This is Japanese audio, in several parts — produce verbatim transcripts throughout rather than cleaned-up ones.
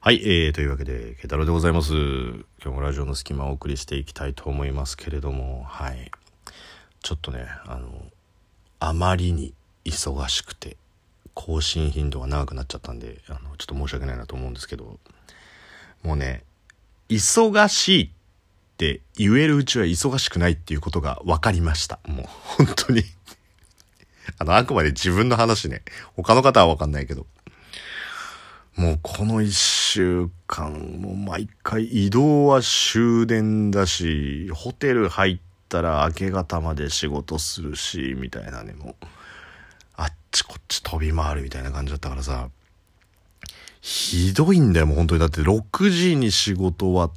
はい、えー、というわけで、ケイタロウでございます。今日もラジオの隙間をお送りしていきたいと思いますけれども、はい。ちょっとね、あの、あまりに忙しくて、更新頻度が長くなっちゃったんで、あの、ちょっと申し訳ないなと思うんですけど、もうね、忙しいって言えるうちは忙しくないっていうことが分かりました。もう、本当に。あの、あくまで自分の話ね。他の方は分かんないけど。もうこの一週間、もう毎回移動は終電だし、ホテル入ったら明け方まで仕事するし、みたいなね、もう、あっちこっち飛び回るみたいな感じだったからさ、ひどいんだよ、もう本当に。だってろくじに仕事終わって、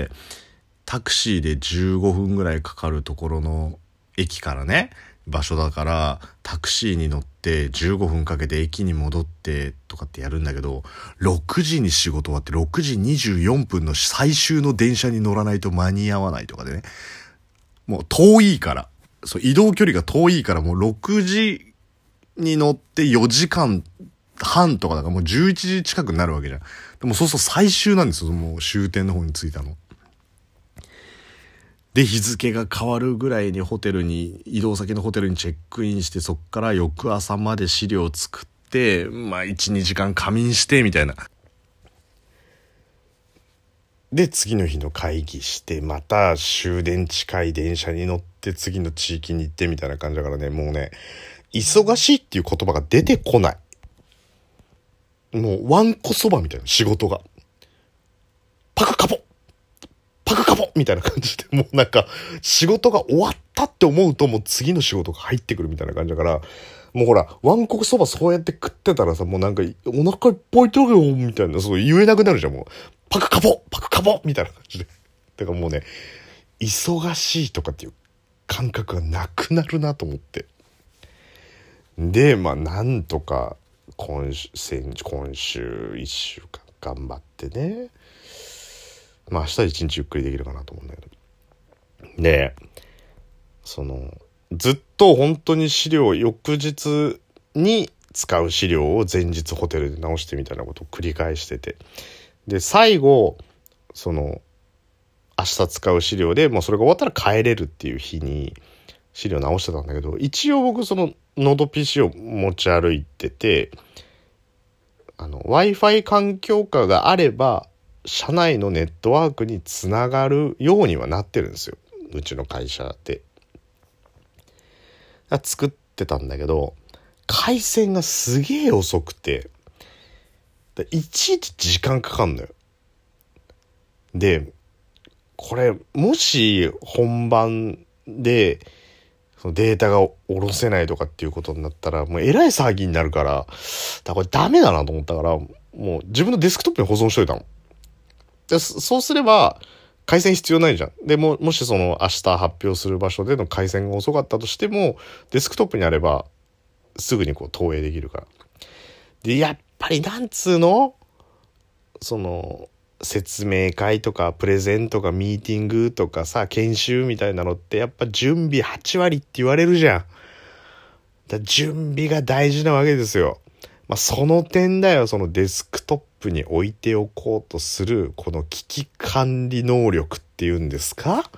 タクシーでじゅうごふんぐらいかかるところの駅からね、場所だからタクシーに乗ってじゅうごふんかけて駅に戻ってとかってやるんだけど、ろくじに仕事終わってろくじにじゅうよんぷんの最終の電車に乗らないと間に合わないとかでね、もう遠いから、そう移動距離が遠いから、もうろくじに乗ってよじかんはんとかだからもうじゅういちじ近くになるわけじゃん。でもそうそう最終なんですよ、もう終点の方に着いたの。で、日付が変わるぐらいにホテルに、移動先のホテルにチェックインして、そっから翌朝まで資料を作って、まあいち、にじかん仮眠して、みたいな。で、次の日の会議して、また終電近い電車に乗って次の地域に行ってみたいな感じだからね、もうね、忙しいっていう言葉が出てこない。もうワンコそばみたいな仕事が。パクカポパクカポみたいな感じで、もうなんか仕事が終わったって思うともう次の仕事が入ってくるみたいな感じだから、もうほらワンコそばそうやって食ってたらさ、もうなんかお腹いっぱいだよみたいな、そう言えなくなるじゃん。もうパクカポパクカポみたいな感じで、だからもうね、忙しいとかっていう感覚がなくなるなと思って、でまあなんとか今週先今週いっしゅうかん頑張ってね、まあ明日一日ゆっくりできるかなと思うんだけど。で、その、ずっと本当に資料、翌日に使う資料を前日ホテルで直してみたいなことを繰り返してて。で、最後、その、明日使う資料でもうそれが終わったら帰れるっていう日に資料直してたんだけど、一応僕そのノート ピーシー を持ち歩いてて、あの、Wi-Fi 環境下があれば、社内のネットワークにつながるようにはなってるんですよ、うちの会社で。作ってたんだけど、回線がすげえ遅くて、いちいち時間かかんのよ。で、これもし本番でそのデータが下ろせないとかっていうことになったら、もうえらい騒ぎになるから、だからこれダメだなと思ったから、もう自分のデスクトップに保存しといたの。でそうすれば回線必要ないじゃん。でももしその明日発表する場所での回線が遅かったとしてもデスクトップにあればすぐにこう投影できるから。でやっぱりなんつうの、その説明会とかプレゼンとかミーティングとかさ、研修みたいなのってやっぱ準備はちわりって言われるじゃん。だ準備が大事なわけですよ。まあ、その点だよ、そのデスクトップに置いておこうとするこの危機管理能力っていうんですか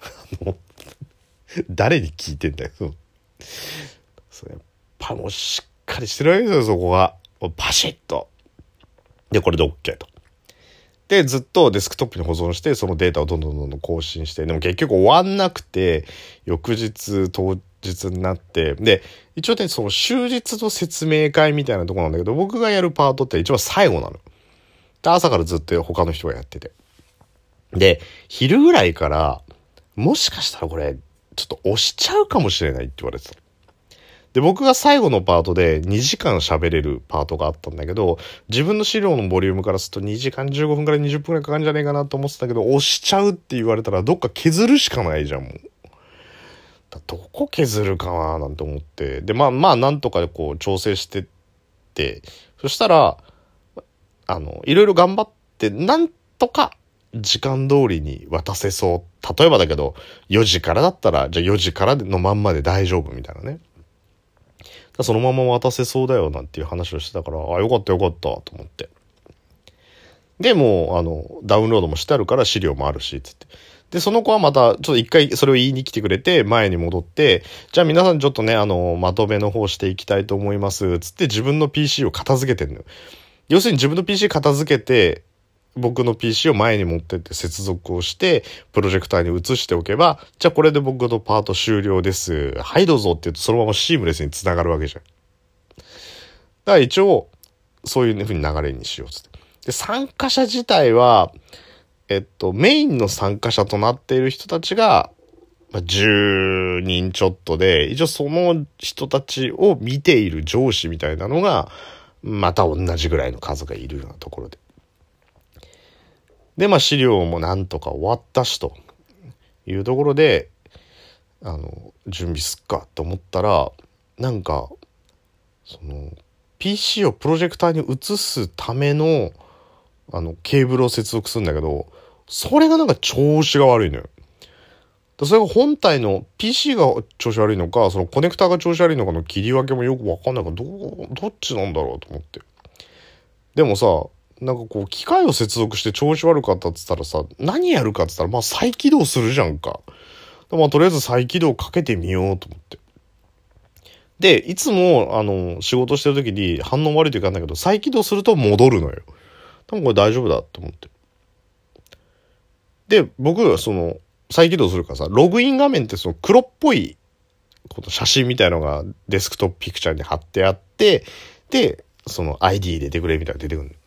誰に聞いてんだよ。それやっぱもうしっかりしてるわけですよ、そこがパシッと。でこれで OK と。でずっとデスクトップに保存して、そのデータをどんどんどんどん更新して、でも結局終わんなくて、翌日当日になって、で一応ね、その終日の説明会みたいなところなんだけど、僕がやるパートって一番最後なの。で朝からずっと他の人がやってて、で昼ぐらいからもしかしたらこれちょっと押しちゃうかもしれないって言われてた。で僕が最後のパートでにじかん喋れるパートがあったんだけど、自分の資料のボリュームからするとにじかんじゅうごふんからにじゅっぷんくらいかかるんじゃねえかなと思ってたけど、押しちゃうって言われたらどっか削るしかないじゃん。もうだどこ削るかななんて思って、でまあまあなんとかこう調整してって、そしたらあのいろいろ頑張ってなんとか時間通りに渡せそう。例えばだけどよじからだったらじゃあよじからのまんまで大丈夫みたいなね、そのまま渡せそうだよなんていう話をしてたから、あよかったよかったと思って。 で、もう、あの、ダウンロードもしてあるから資料もあるし、つって。で、その子はまた、ちょっと一回それを言いに来てくれて、前に戻って、じゃあ皆さんちょっとね、あの、まとめの方していきたいと思います、つって自分の ピーシー を片付けてんのよ。要するに自分の ピーシー 片付けて、僕の ピーシー を前に持ってって接続をして、プロジェクターに移しておけば、じゃあこれで僕のパート終了です。はいどうぞって言うとそのままシームレスに繋がるわけじゃん。だから一応、そういう風に流れにしようつって。で、参加者自体は、えっと、メインの参加者となっている人たちが、まあ、じゅうにんちょっとで、一応その人たちを見ている上司みたいなのが、また同じぐらいの数がいるようなところで。で、まあ資料もなんとか終わったしというところで、あの、準備すっかと思ったら、なんか、その、ピーシー をプロジェクターに移すための、あの、ケーブルを接続するんだけど、それがなんか調子が悪いのよ。それが本体の ピーシー が調子悪いのか、そのコネクターが調子悪いのかの切り分けもよくわかんないから、どう、どっちなんだろうと思って。でもさ、なんかこう、機械を接続して調子悪かったっつったらさ、何やるかっつったら、まあ再起動するじゃんか。まあとりあえず再起動かけてみようと思って。で、いつも、あの、仕事してる時に反応悪い時あるんだけど、再起動すると戻るのよ。多分これ大丈夫だと思って。で、僕、その、再起動するからさ、ログイン画面ってその黒っぽい、この写真みたいのがデスクトップピクチャーに貼ってあって、で、その アイディー 出てくれみたいなの出てくるの。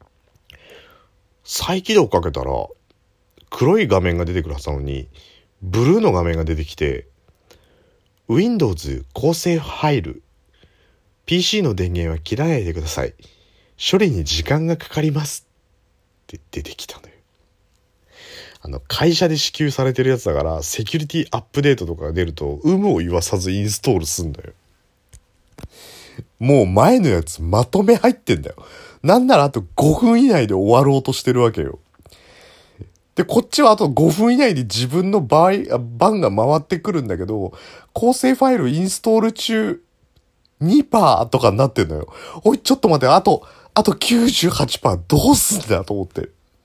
再起動かけたら、黒い画面が出てくるはずなのに、ブルーの画面が出てきて、Windows 構成ファイル、ピーシー の電源は切らないでください。処理に時間がかかりますって出てきたのよ。あの、会社で支給されてるやつだから、セキュリティアップデートとかが出ると、有無を言わさずインストールすんだよ。もう前のやつまとめ入ってんだよ。なんならあとごふん以内で終わろうとしてるわけよ。で、こっちはあとごふん以内に自分の場合、番が回ってくるんだけど、構成ファイルインストール中 にパーセント とかになってんのよ。おい、ちょっと待って、あと、あと きゅうじゅうはちパーセント どうすんだと思って。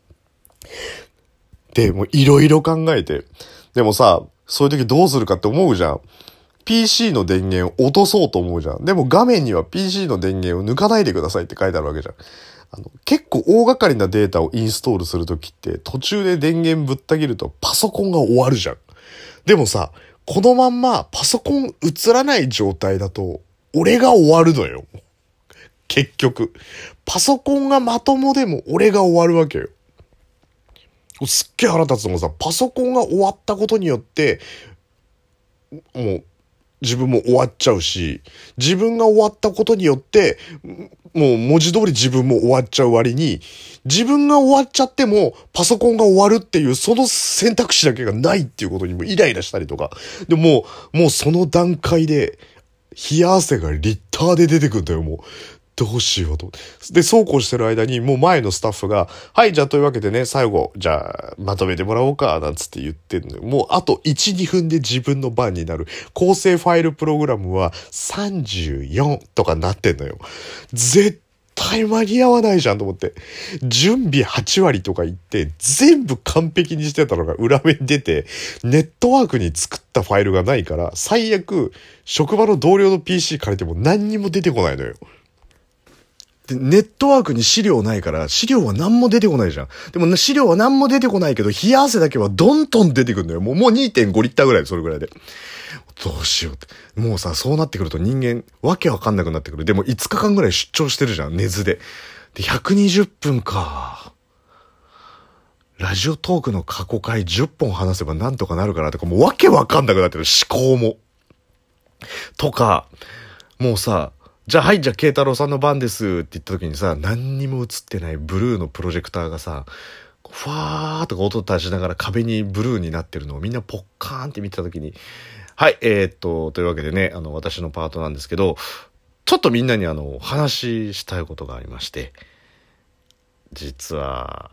で、もういろいろ考えて。でもさ、そういう時どうするかって思うじゃん。ピーシー の電源を落とそうと思うじゃん。でも画面には ピーシー の電源を抜かないでくださいって書いてあるわけじゃん。あの、結構大掛かりなデータをインストールするときって途中で電源ぶった切るとパソコンが終わるじゃん。でもさ、このまんまパソコン映らない状態だと俺が終わるのよ。結局。パソコンがまともでも俺が終わるわけよ。すっげえ腹立つのがさ、パソコンが終わったことによって、もう、自分も終わっちゃうし、自分が終わったことによって、もう文字通り自分も終わっちゃう割に、自分が終わっちゃっても、パソコンが終わるっていう、その選択肢だけがないっていうことにもイライラしたりとか。でもう、もうその段階で、冷や汗がリッターで出てくるんだよ、もう。どうしようと。で、そうこうしてる間に、もう前のスタッフが、はい、じゃあというわけでね、最後、じゃあ、まとめてもらおうか、なんつって言ってんのよ。もうあといち、にふんで自分の番になる。構成ファイルプログラムはさんじゅうよんとかなってんのよ。絶対間に合わないじゃんと思って。準備はちわりとか言って、全部完璧にしてたのが裏目に出て、ネットワークに作ったファイルがないから、最悪、職場の同僚の ピーシー 借りても何にも出てこないのよ。で、ネットワークに資料ないから、資料は何も出てこないじゃん。でも、資料は何も出てこないけど、冷や汗だけはどんどん出てくるんだよ。もう、もう にてんご リッターぐらい、それぐらいで。どうしようって。もうさ、そうなってくると人間、わけわかんなくなってくる。でもいつかかんぐらい出張してるじゃん、寝ずで。で、ひゃくにじゅっぷんか。ラジオトークの過去回じゅっぽん話せばなんとかなるかなとか、もうわけわかんなくなってる。思考も。とか、もうさ、じゃあはい、じゃあ慶太郎さんの番ですって言った時にさ、何にも映ってないブルーのプロジェクターがさ、ファーとか音立ちながら壁にブルーになってるのをみんなポッカーンって見てた時に、はい、えー、っと、というわけでね、あの、私のパートなんですけど、ちょっとみんなにあの、話したいことがありまして、実は、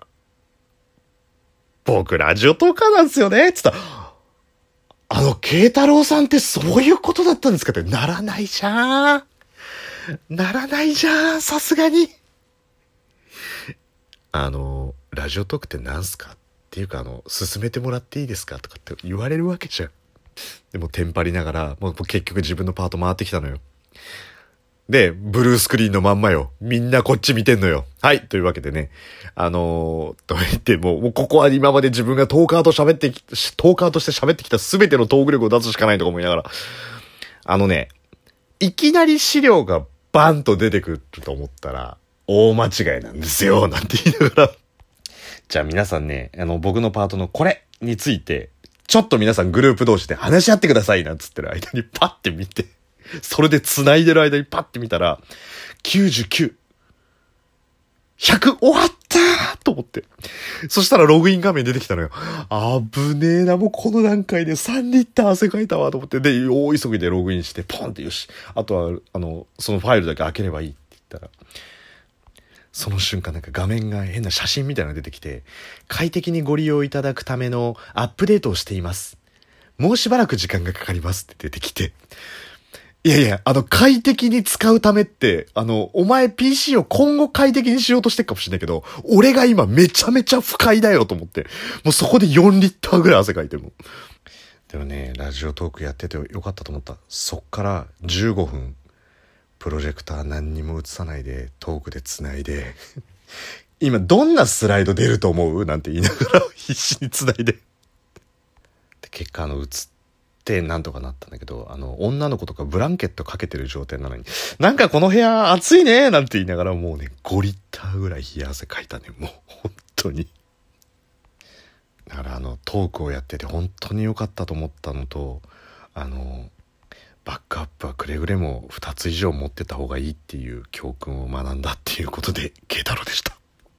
僕ラジオトーカーなんですよね、つったら、あの、慶太郎さんってそういうことだったんですかってならないじゃん。ならないじゃん、さすがに。 あのラジオトークってなんすかっていうか、あの進めてもらっていいですかとかって言われるわけじゃん。でもテンパりながらもう結局自分のパート回ってきたのよ。でブルースクリーンのまんまよ、みんなこっち見てんのよ。はいというわけでね、あのー、と言ってもう、もうここは今まで自分がトーカーと喋ってきトーカーとして喋ってきた全てのトーク力を出すしかないとか思いながら、あのね、いきなり資料がバンと出てくると思ったら大間違いなんですよなんて言いながら、じゃあ皆さんね、あの僕のパートのこれについてちょっと皆さんグループ同士で話し合ってくださいなんつってる間にパッて見て、それで繋いでる間にパッて見たらきゅうじゅうきゅう、ひゃく終わったーと思って、そしたらログイン画面出てきたのよ。あぶねえな、もうこの段階でさんリッター汗かいたわと思って、で大急ぎでログインしてポンって、よしあとはあのそのファイルだけ開ければいいって言ったら、その瞬間なんか画面が変な写真みたいなの出てきて、快適にご利用いただくためのアップデートをしています、もうしばらく時間がかかりますって出てきて、いやいや、あの快適に使うためって、あのお前 ピーシー を今後快適にしようとしてるかもしれないけど、俺が今めちゃめちゃ不快だよと思って、もうそこでよんリッターぐらい汗かいてるもん。でもね、ラジオトークやっててよかったと思った。そっからじゅうごふんプロジェクター何にも映さないでトークで繋いで今どんなスライド出ると思うなんて言いながら必死に繋いで、で結果あの映ってなんとかなったんだけど、あの女の子とかブランケットかけてる状態なのに、なんかこの部屋暑いねなんて言いながら、もうねごリッターぐらい冷や汗かいたね、もう本当に。だからあのトークをやってて本当に良かったと思ったのと、あのバックアップはくれぐれもふたつ以上持ってた方がいいっていう教訓を学んだっていうことで、慶太郎でした。